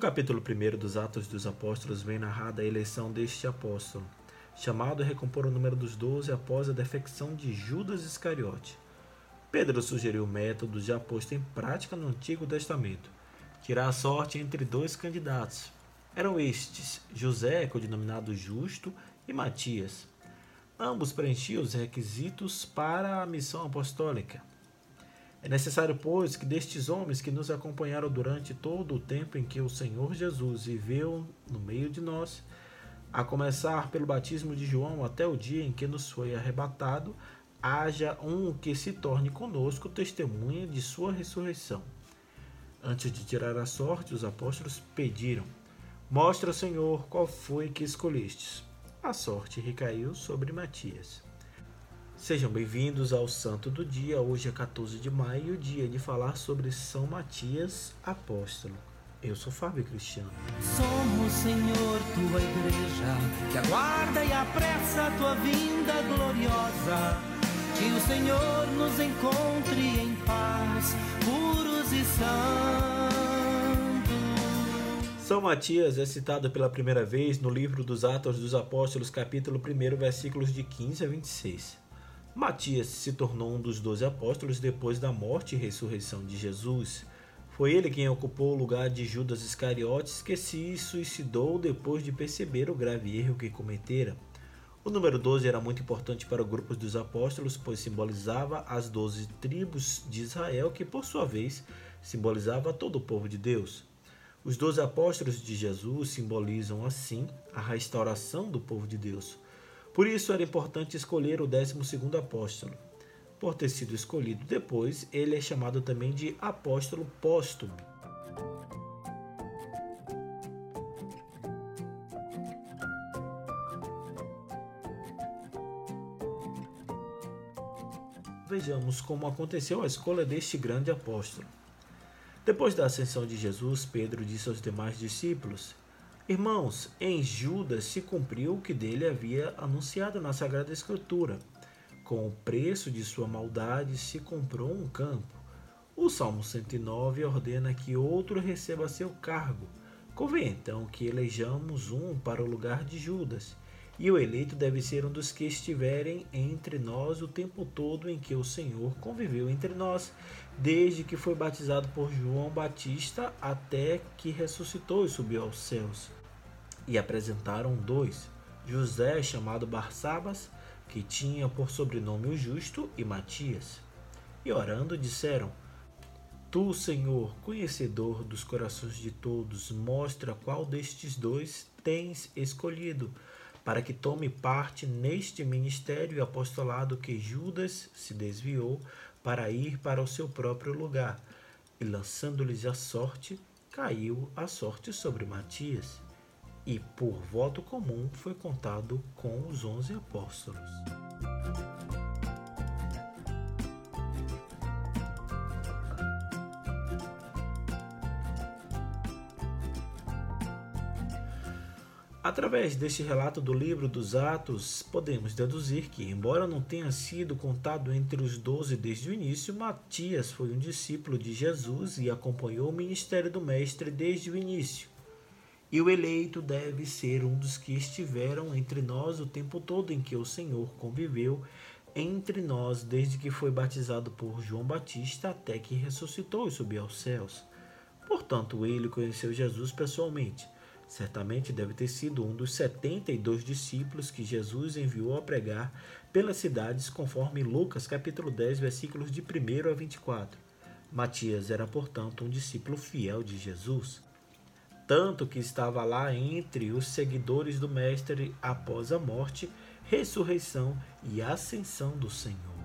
capítulo 1 dos Atos dos Apóstolos vem narrada a eleição deste apóstolo, chamado a recompor o número dos 12 após a defecção de Judas Iscariote. Pedro sugeriu o método já posto em prática no Antigo Testamento, tirar a sorte entre dois candidatos. Eram estes, José, codinominado Justo, e Matias. Ambos preenchiam os requisitos para a missão apostólica. É necessário, pois, que destes homens que nos acompanharam durante todo o tempo em que o Senhor Jesus viveu no meio de nós, a começar pelo batismo de João até o dia em que nos foi arrebatado, haja um que se torne conosco testemunha de sua ressurreição. Antes de tirar a sorte, os apóstolos pediram: Mostra, Senhor, qual foi que escolhestes. A sorte recaiu sobre Matias. Sejam bem-vindos ao Santo do Dia. Hoje é 14 de maio, dia de falar sobre São Matias, apóstolo. Eu sou Fábio Cristiano. Somos, Senhor, tua igreja, que aguarda e apressa a tua vinda gloriosa. Que o Senhor nos encontre em paz, puros e santos. São Matias é citado pela primeira vez no livro dos Atos dos Apóstolos, capítulo 1, versículos de 15 a 26. Matias se tornou um dos 12 apóstolos depois da morte e ressurreição de Jesus. Foi ele quem ocupou o lugar de Judas Iscariotes, que se suicidou depois de perceber o grave erro que cometera. O número 12 era muito importante para o grupo dos apóstolos, pois simbolizava as 12 tribos de Israel, que por sua vez simbolizava todo o povo de Deus. Os 12 apóstolos de Jesus simbolizam assim a restauração do povo de Deus. Por isso era importante escolher o 12º apóstolo. Por ter sido escolhido depois, ele é chamado também de apóstolo póstumo. Vejamos como aconteceu a escolha deste grande apóstolo. Depois da ascensão de Jesus, Pedro disse aos demais discípulos: Irmãos, em Judas se cumpriu o que dele havia anunciado na Sagrada Escritura. Com o preço de sua maldade se comprou um campo. O Salmo 109 ordena que outro receba seu cargo. Convém então que elejamos um para o lugar de Judas. E o eleito deve ser um dos que estiverem entre nós o tempo todo em que o Senhor conviveu entre nós, desde que foi batizado por João Batista até que ressuscitou e subiu aos céus. E apresentaram 2, José, chamado Barsabas, que tinha por sobrenome o Justo, e Matias. E orando disseram: Tu, Senhor, conhecedor dos corações de todos, mostra qual destes 2 tens escolhido, para que tome parte neste ministério e apostolado que Judas se desviou para ir para o seu próprio lugar. E lançando-lhes a sorte, caiu a sorte sobre Matias. E por voto comum foi contado com os 11 apóstolos. Através deste relato do livro dos Atos, podemos deduzir que, embora não tenha sido contado entre os 12 desde o início, Matias foi um discípulo de Jesus e acompanhou o ministério do Mestre desde o início. E o eleito deve ser um dos que estiveram entre nós o tempo todo em que o Senhor conviveu entre nós, desde que foi batizado por João Batista até que ressuscitou e subiu aos céus. Portanto, ele conheceu Jesus pessoalmente. Certamente deve ter sido um dos 72 discípulos que Jesus enviou a pregar pelas cidades, conforme Lucas capítulo 10, versículos de 1 a 24. Matias era, portanto, um discípulo fiel de Jesus, tanto que estava lá entre os seguidores do Mestre após a morte, ressurreição e ascensão do Senhor.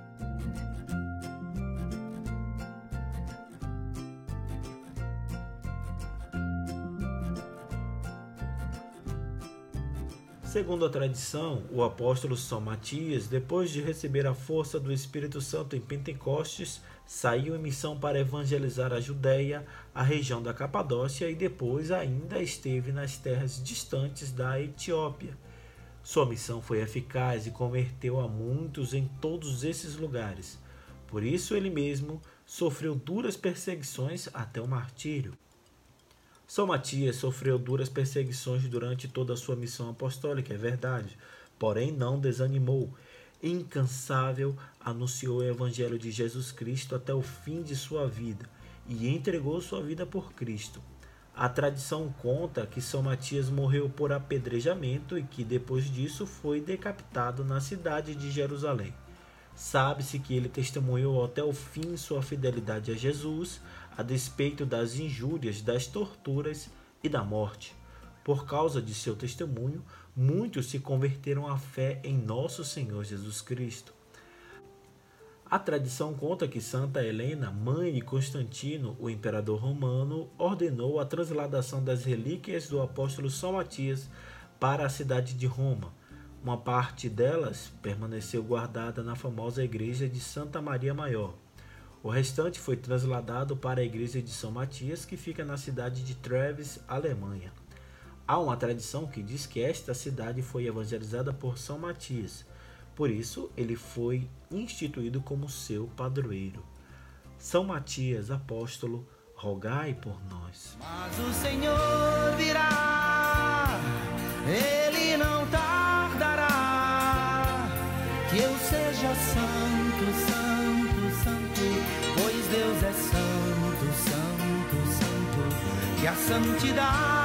Segundo a tradição, o apóstolo São Matias, depois de receber a força do Espírito Santo em Pentecostes, saiu em missão para evangelizar a Judéia, a região da Capadócia e depois ainda esteve nas terras distantes da Etiópia. Sua missão foi eficaz e converteu a muitos em todos esses lugares. Por isso ele mesmo sofreu duras perseguições até o martírio. São Matias sofreu duras perseguições durante toda a sua missão apostólica, é verdade, porém não desanimou. Incansável, anunciou o Evangelho de Jesus Cristo até o fim de sua vida e entregou sua vida por Cristo. A tradição conta que São Matias morreu por apedrejamento e que depois disso foi decapitado na cidade de Jerusalém. Sabe-se que ele testemunhou até o fim sua fidelidade a Jesus, a despeito das injúrias, das torturas e da morte. Por causa de seu testemunho, muitos se converteram à fé em nosso Senhor Jesus Cristo. A tradição conta que Santa Helena, mãe de Constantino, o imperador romano, ordenou a transladação das relíquias do apóstolo São Matias para a cidade de Roma. Uma parte delas permaneceu guardada na famosa igreja de Santa Maria Maior. O restante foi trasladado para a igreja de São Matias, que fica na cidade de Treves, Alemanha. Há uma tradição que diz que esta cidade foi evangelizada por São Matias. Por isso, ele foi instituído como seu padroeiro. São Matias, apóstolo, rogai por nós. Mas o Senhor virá, Ele não tardará, que eu seja santo, santo, santo, pois Deus é santo, santo, santo, que a santidade